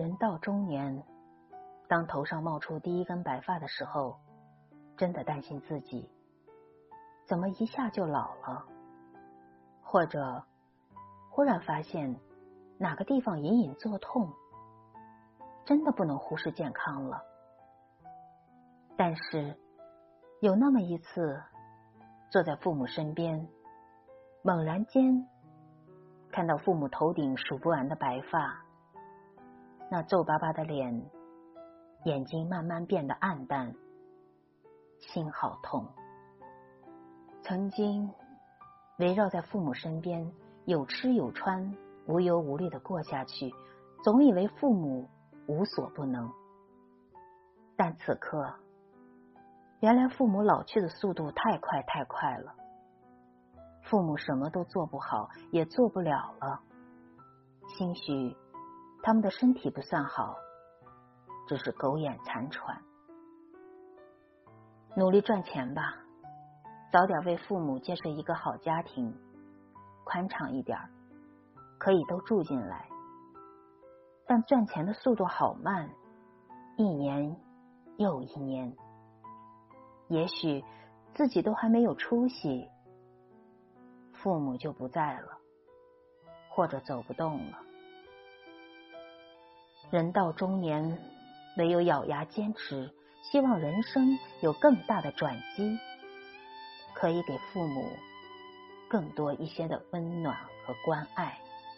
人到中年，当头上冒出第一根白发的时候，真的担心自己怎么一下就老了，或者忽然发现哪个地方隐隐作痛，真的不能忽视健康了。但是有那么一次，坐在父母身边，猛然间看到父母头顶数不完的白发，那皱巴巴的脸，眼睛慢慢变得暗淡，心好痛。曾经围绕在父母身边，有吃有穿，无忧无虑地过下去，总以为父母无所不能。但此刻，原来父母老去的速度太快太快了，父母什么都做不好，也做不了了。兴许他们的身体不算好，只是苟延残喘。努力赚钱吧，早点为父母建设一个好家庭，宽敞一点，可以都住进来。但赚钱的速度好慢，一年又一年。也许自己都还没有出息，父母就不在了，或者走不动了。人到中年，唯有咬牙坚持，希望人生有更大的转机，可以给父母更多一些的温暖和关爱。